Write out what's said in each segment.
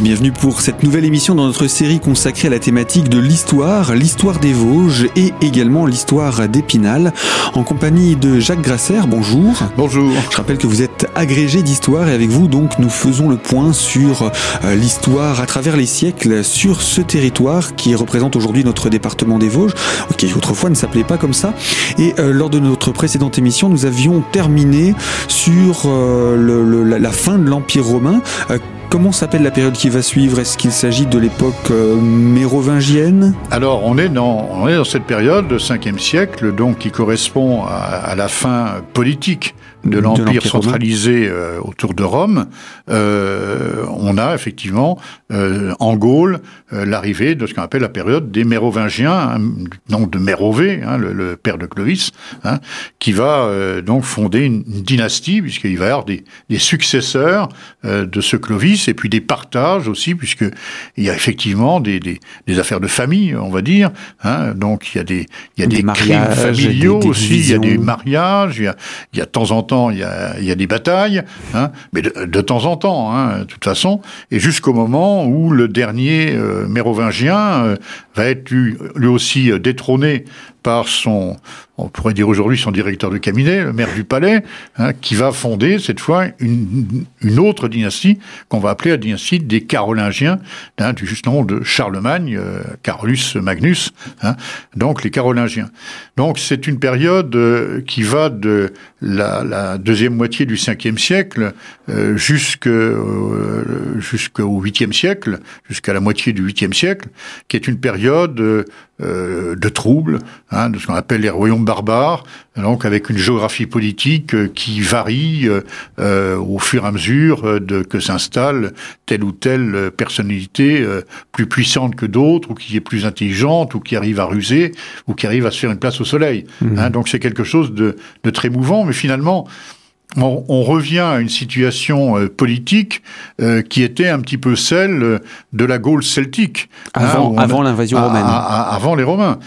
Bienvenue pour cette nouvelle émission dans notre série consacrée à la thématique de l'histoire des Vosges et également l'histoire d'Épinal, en compagnie de Jacques Grasser. Bonjour. Bonjour. Je rappelle que vous êtes agrégé d'histoire et avec vous donc nous faisons le point sur l'histoire à travers les siècles sur ce territoire qui représente aujourd'hui notre département des Vosges, qui autrefois ne s'appelait pas comme ça. Et lors de notre précédente émission, nous avions terminé sur la fin de l'Empire romain. Comment s'appelle la période qui va suivre ? Est-ce qu'il s'agit de l'époque mérovingienne ? Alors, on est dans cette période, le 5e siècle, donc qui correspond à la fin politique de l'Empire centralisé autour de Rome. On a effectivement en Gaule l'arrivée de ce qu'on appelle la période des Mérovingiens, nom de Mérové, le père de Clovis, qui va donc fonder une dynastie, puisqu'il va y avoir des successeurs de ce Clovis, et puis des partages aussi, puisqu'il y a effectivement des affaires de famille, on va dire. Donc il y a des crimes familiaux aussi, il y a des mariages, il y a de temps en temps, il y a des batailles, mais de temps en temps, de toute façon, et jusqu'au moment où le dernier mérovingien va être lui aussi détrôné par on pourrait dire aujourd'hui son directeur de cabinet, le maire du palais, qui va fonder cette fois une autre dynastie qu'on va appeler la dynastie des Carolingiens, du juste nom de Charlemagne, Carolus Magnus, donc les Carolingiens. Donc c'est une période qui va de la deuxième moitié du 5e siècle jusqu'au 8e siècle, jusqu'à la moitié du 8e siècle, qui est une période de troubles, de ce qu'on appelle les royaumes barbares, donc avec une géographie politique qui varie au fur et à mesure que s'installe telle ou telle personnalité plus puissante que d'autres, ou qui est plus intelligente, ou qui arrive à ruser, ou qui arrive à se faire une place au soleil. Donc c'est quelque chose de très mouvant, mais finalement on revient à une situation politique qui était un petit peu celle de la Gaule celtique. Avant l'invasion romaine. Avant les Romains.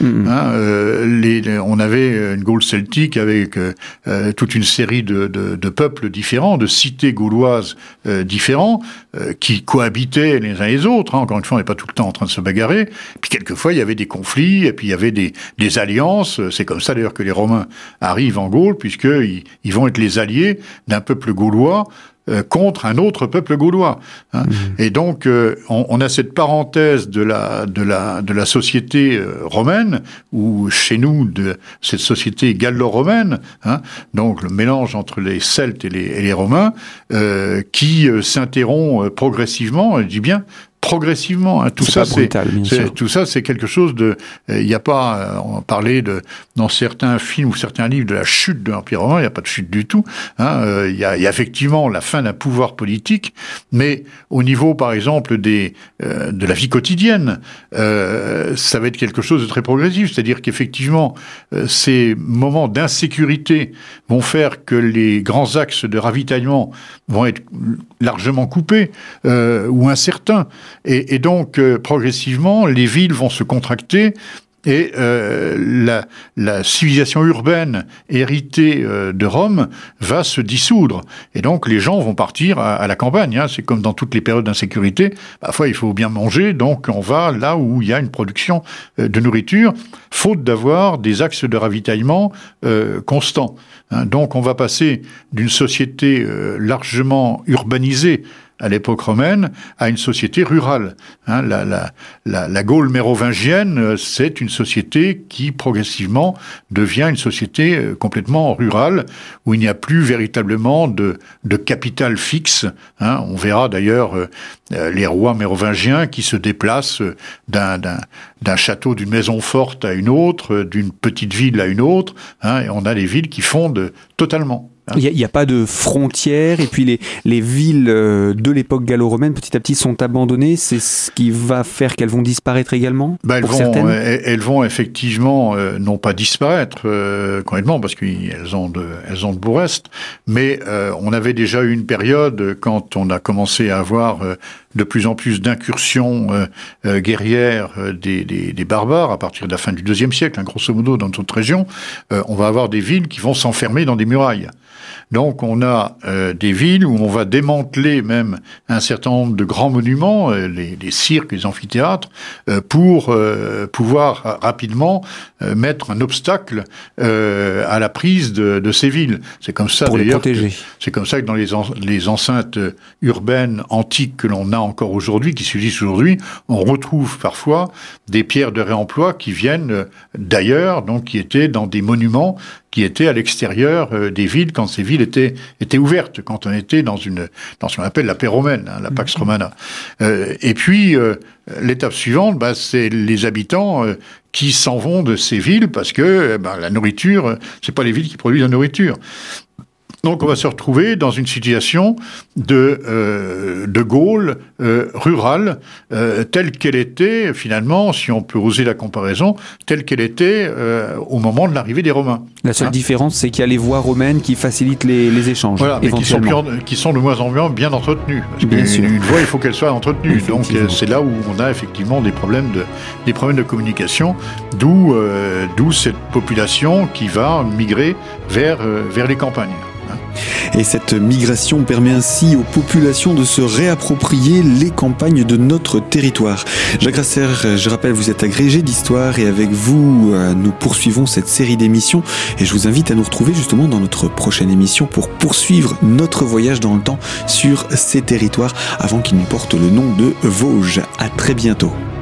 On avait une Gaule celtique avec toute une série de peuples différents, de cités gauloises différents, qui cohabitaient les uns les autres. Encore une fois, on n'est pas tout le temps en train de se bagarrer. Puis quelquefois, il y avait des conflits, et puis il y avait des alliances. C'est comme ça d'ailleurs que les Romains arrivent en Gaule, puisqu'ils vont être les alliés d'un peuple gaulois contre un autre peuple gaulois. Et donc, on a cette parenthèse de la société romaine, ou chez nous, de cette société gallo-romaine, donc le mélange entre les Celtes et les Romains, qui s'interrompt progressivement, je dis bien, progressivement, tout ça c'est quelque chose de il n'y a pas on parlait dans certains films ou certains livres de la chute de l'Empire romain, il n'y a pas de chute du tout, il y a effectivement la fin d'un pouvoir politique, mais au niveau par exemple de la vie quotidienne, ça va être quelque chose de très progressif, c'est-à-dire qu'effectivement ces moments d'insécurité vont faire que les grands axes de ravitaillement vont être largement coupés ou incertains. Et donc, progressivement, les villes vont se contracter et la civilisation urbaine héritée de Rome va se dissoudre. Et donc, les gens vont partir à la campagne. C'est comme dans toutes les périodes d'insécurité. Parfois, il faut bien manger, donc on va là où il y a une production de nourriture, faute d'avoir des axes de ravitaillement constants. Donc, on va passer d'une société largement urbanisée à l'époque romaine, à une société rurale. La Gaule mérovingienne, c'est une société qui, progressivement, devient une société complètement rurale, où il n'y a plus véritablement de capital fixe. On verra d'ailleurs les rois mérovingiens qui se déplacent d'un château, d'une maison forte à une autre, d'une petite ville à une autre, et on a les villes qui fondent totalement. Il n'y a pas de frontières, et puis les villes de l'époque gallo-romaine petit à petit sont abandonnées. C'est ce qui va faire qu'elles vont disparaître également elles vont effectivement non pas disparaître complètement, parce qu'elles ont de beaux restes, mais on avait déjà eu une période quand on a commencé à avoir de plus en plus d'incursions guerrières des barbares à partir de la fin du IIe siècle, grosso modo, dans toute région, on va avoir des villes qui vont s'enfermer dans des murailles. Donc on a des villes où on va démanteler même un certain nombre de grands monuments, les cirques, les amphithéâtres, pour pouvoir rapidement mettre un obstacle à la prise de ces villes. C'est comme ça, pour d'ailleurs, les protéger. C'est comme ça que dans les enceintes urbaines antiques que l'on a encore aujourd'hui, qui s'utilisent aujourd'hui, on retrouve parfois des pierres de réemploi qui viennent d'ailleurs, donc qui étaient dans des monuments qui étaient à l'extérieur des villes quand ces villes étaient ouvertes, quand on était dans ce qu'on appelle la paix romaine, la Pax Romana. Et puis l'étape suivante, c'est les habitants qui s'en vont de ces villes parce que la nourriture, c'est pas les villes qui produisent la nourriture. Donc on va se retrouver dans une situation de Gaule rurale telle qu'elle était finalement, si on peut oser la comparaison, telle qu'elle était au moment de l'arrivée des Romains. La seule différence, c'est qu'il y a les voies romaines qui facilitent les échanges. Voilà, mais qui sont de moins en moins bien entretenues. Parce qu'une voie, il faut qu'elle soit entretenue. Donc c'est là où on a effectivement des problèmes de communication, d'où cette population qui va migrer vers les campagnes. Et cette migration permet ainsi aux populations de se réapproprier les campagnes de notre territoire. Jacques Grasser, je rappelle, vous êtes agrégé d'histoire et avec vous, nous poursuivons cette série d'émissions et je vous invite à nous retrouver justement dans notre prochaine émission pour poursuivre notre voyage dans le temps sur ces territoires avant qu'ils ne portent le nom de Vosges. À très bientôt.